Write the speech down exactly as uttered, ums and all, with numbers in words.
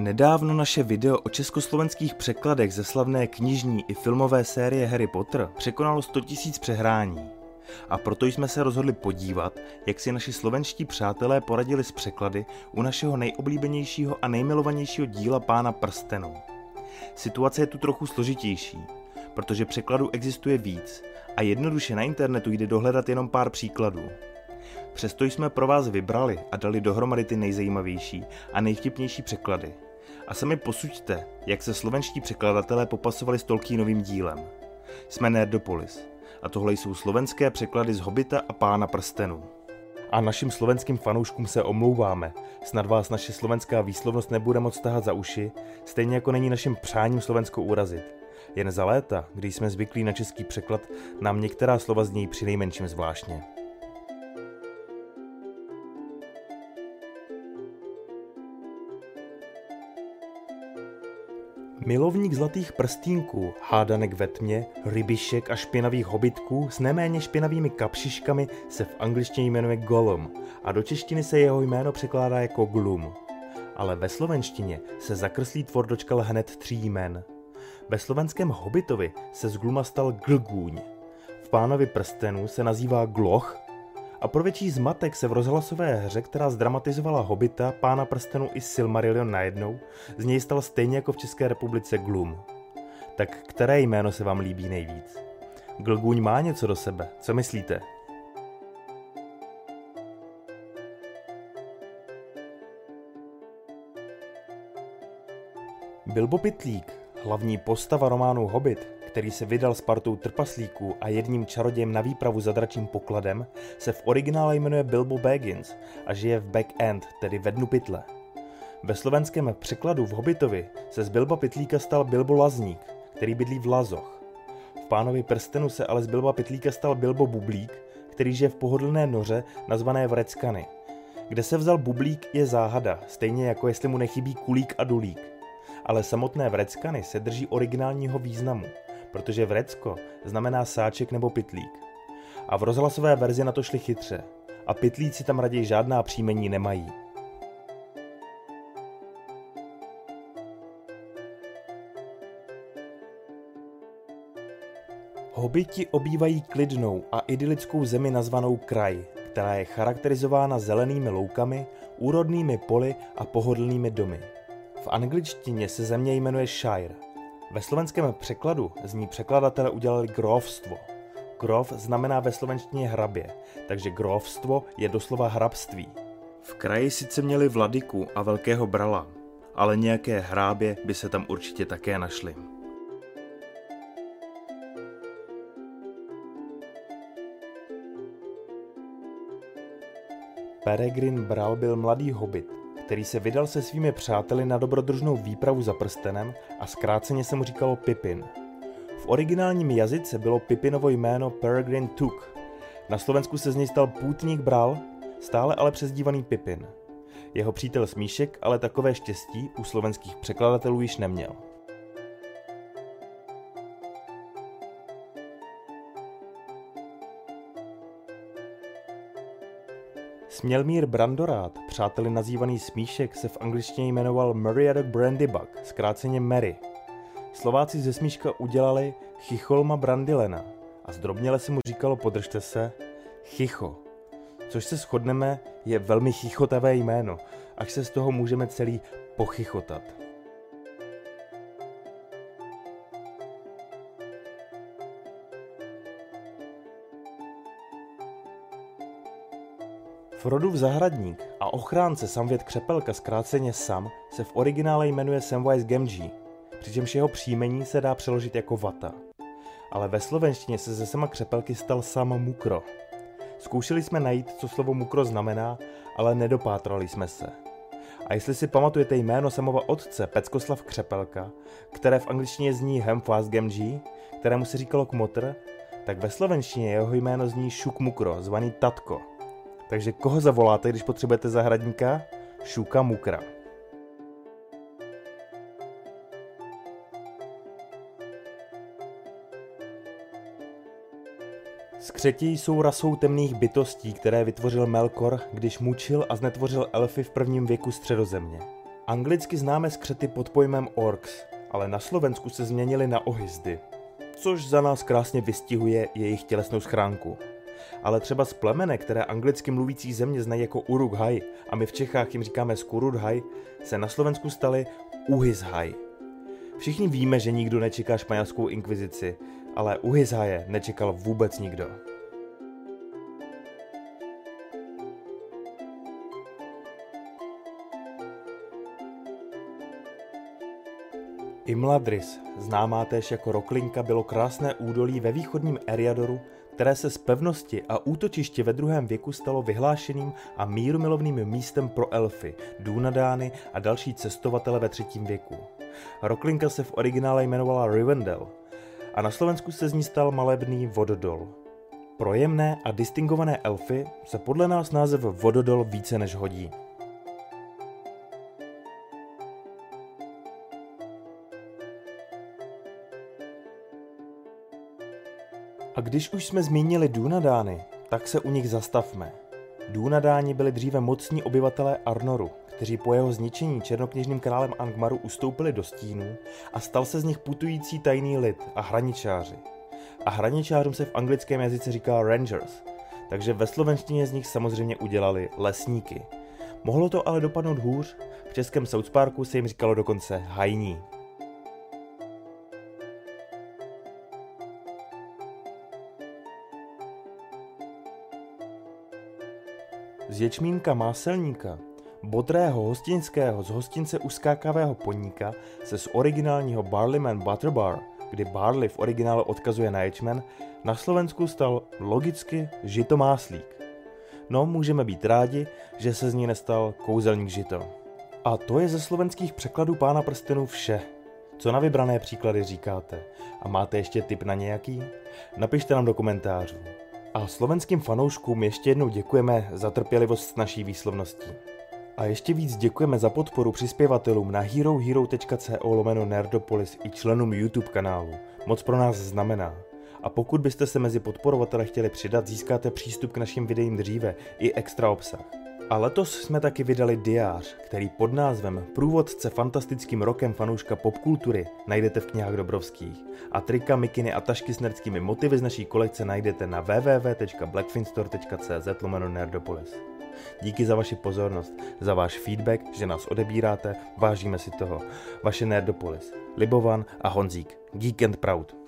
Nedávno naše video o československých překladech ze slavné knižní i filmové série Harry Potter překonalo sto tisíc přehrání. A proto jsme se rozhodli podívat, jak si naši slovenští přátelé poradili s překlady u našeho nejoblíbenějšího a nejmilovanějšího díla Pána prstenů. Situace je tu trochu složitější, protože překladů existuje víc a jednoduše na internetu jde dohledat jenom pár příkladů. Přesto jsme pro vás vybrali a dali dohromady ty nejzajímavější a nejvtipnější překlady. A sami posuďte, jak se slovenští překladatelé popasovali s Tolkienovým dílem. Jsme Nerdopolis a tohle jsou slovenské překlady z Hobita a Pána prstenů. A našim slovenským fanouškům se omlouváme, snad vás naše slovenská výslovnost nebude moc tahat za uši, stejně jako není naším přáním Slovensko urazit. Jen za léta, když jsme zvyklí na český překlad, nám některá slova znějí přinejmenším zvláštně. Milovník zlatých prstínků, hádanek ve tmě, rybišek a špinavých hobitků s neméně špinavými kapšiškami se v angličtině jmenuje Gollum a do češtiny se jeho jméno překládá jako Glum. Ale ve slovenštině se zakrslý tvor dočkal hned tří jmen. Ve slovenském Hobitovi se z Gluma stal Glgůň, v Pánovi prstenů se nazývá Gloch a pro větší zmatek se v rozhlasové hře, která zdramatizovala Hobita, Pána prstenů i Silmarillion najednou, z něj stal stejně jako v České republice Glum. Tak které jméno se vám líbí nejvíc? Glgůň má něco do sebe, co myslíte? Bilbo Pytlík, hlavní postava románu Hobbit, který se vydal s partou trpaslíků a jedním čarodějem na výpravu za dračím pokladem, se v originále jmenuje Bilbo Baggins a žije v Back End, tedy ve dnu pytle. Ve slovenském překladu v Hobbitovi se z Bilba Pytlíka stal Bilbo Lazník, který bydlí v Lazoch. V Pánovi prstenu se ale z Bilba Pytlíka stal Bilbo Bublík, který žije v pohodlné noře nazvané Vreckany. Kde se vzal Bublík je záhada, stejně jako jestli mu nechybí kulík a dulík. Ale samotné Vreckany se drží originálního významu, protože vrecko znamená sáček nebo pytlík. A v rozhlasové verzi na to šli chytře a pytlíci tam raději žádná příjmení nemají. Hobiti obývají klidnou a idylickou zemi nazvanou Kraj, která je charakterizována zelenými loukami, úrodnými poli a pohodlnými domy. V angličtině se země jmenuje Shire. Ve slovenském překladu z ní překladatelé udělali grófstvo. Gróf znamená ve slovenštině hrabě, takže grófstvo je doslova hrabství. V kraji sice měli vladyku a velkého brala, ale nějaké hrábě by se tam určitě také našly. Peregrin Bral byl mladý hobit, který se vydal se svými přáteli na dobrodružnou výpravu za prstenem a zkráceně se mu říkalo Pippin. V originálním jazyce bylo Pippinovo jméno Peregrine Took. Na Slovensku se z něj stal pútník Bral, stále ale přezdívaný Pippin. Jeho přítel Smíšek ale takové štěstí u slovenských překladatelů již neměl. Smělmír Brandorát, přáteli nazývaný Smíšek, se v angličtině jmenoval Meriadoc Brandybug, zkráceně Mary. Slováci ze Smíška udělali Chicholma Brandylena a zdrobněle se mu říkalo, podržte se, Chicho, což se shodneme, je velmi chichotavé jméno, až se z toho můžeme celý pochichotat. Frodův zahradník a ochránce Samvět Křepelka, zkráceně Sam, se v originále jmenuje Samwise Gamgee, přičemž jeho příjmení se dá přeložit jako vata. Ale ve slovenštině se ze Sama Křepelky stal Sam Mukro. Zkoušeli jsme najít, co slovo Mukro znamená, ale nedopátrali jsme se. A jestli si pamatujete jméno Samova otce Peckoslav Křepelka, které v angličtině zní Hamfast Gamgee, kterému se říkalo Kmotr, tak ve slovenštině jeho jméno zní Šuk Mukro, zvaný Tatko. Takže koho zavoláte, když potřebujete zahradníka? Šuka Mukra. Skřetí jsou rasou temných bytostí, které vytvořil Melkor, když mučil a znetvořil elfy v prvním věku Středozemě. Anglicky známe skřety pod pojmem orcs, ale na Slovensku se změnily na ohyzdy, což za nás krásně vystihuje jejich tělesnou schránku. Ale třeba z plemene, které anglicky mluvící země znají jako Uruk-hai a my v Čechách jim říkáme Skurudhaj, se na Slovensku stali Uhizhaj. Všichni víme, že nikdo nečeká španělskou inkvizici, ale Uhizhaje nečekal vůbec nikdo. Imladris, známá též jako Roklinka, bylo krásné údolí ve východním Eriadoru, které se z pevnosti a útočiště ve druhém věku stalo vyhlášeným a mírumilovným místem pro elfy, Dúnadány a další cestovatele ve třetím věku. Roklinka se v originále jmenovala Rivendell a na Slovensku se z ní stal malebný Vododol. Pro jemné a distingované elfy se podle nás název Vododol více než hodí. A když už jsme zmínili Dúnadány, tak se u nich zastavme. Dúnadáni byli dříve mocní obyvatelé Arnoru, kteří po jeho zničení černokněžným králem Angmaru ustoupili do stínů a stal se z nich putující tajný lid a hraničáři. A hraničářům se v anglickém jazyce říká rangers, takže ve slovenštině z nich samozřejmě udělali lesníky. Mohlo to ale dopadnout hůř, v českém South Parku se jim říkalo dokonce hajní. Z ječmínka máselníka, bodrého hostinského z hostince uskákavého poníka se z originálního Barleyman Butterbar, kdy barley v originále odkazuje na ječmen, na Slovensku stal logicky žitomáslík. No, můžeme být rádi, že se z ní nestal kouzelník žito. A to je ze slovenských překladů Pána prstenů vše. Co na vybrané příklady říkáte? A máte ještě tip na nějaký? Napište nám do komentářů. A slovenským fanouškům ještě jednou děkujeme za trpělivost s naší výslovností. A ještě víc děkujeme za podporu přispěvatelům na herohero tečka co lomeno nerdopolis i členům YouTube kanálu. Moc pro nás znamená. A pokud byste se mezi podporovatele chtěli přidat, získáte přístup k našim videím dříve i extra obsah. A letos jsme taky vydali diář, který pod názvem Průvodce fantastickým rokem fanouška popkultury najdete v knihách Dobrovských. A trika, mikiny a tašky s nerdskými motivy z naší kolekce najdete na w w w tečka blackfinstore tečka cz lomeno nerdopolis. Díky za vaši pozornost, za váš feedback, že nás odebíráte, vážíme si toho. Vaše Nerdopolis, Libovan a Honzík, Geek and Proud.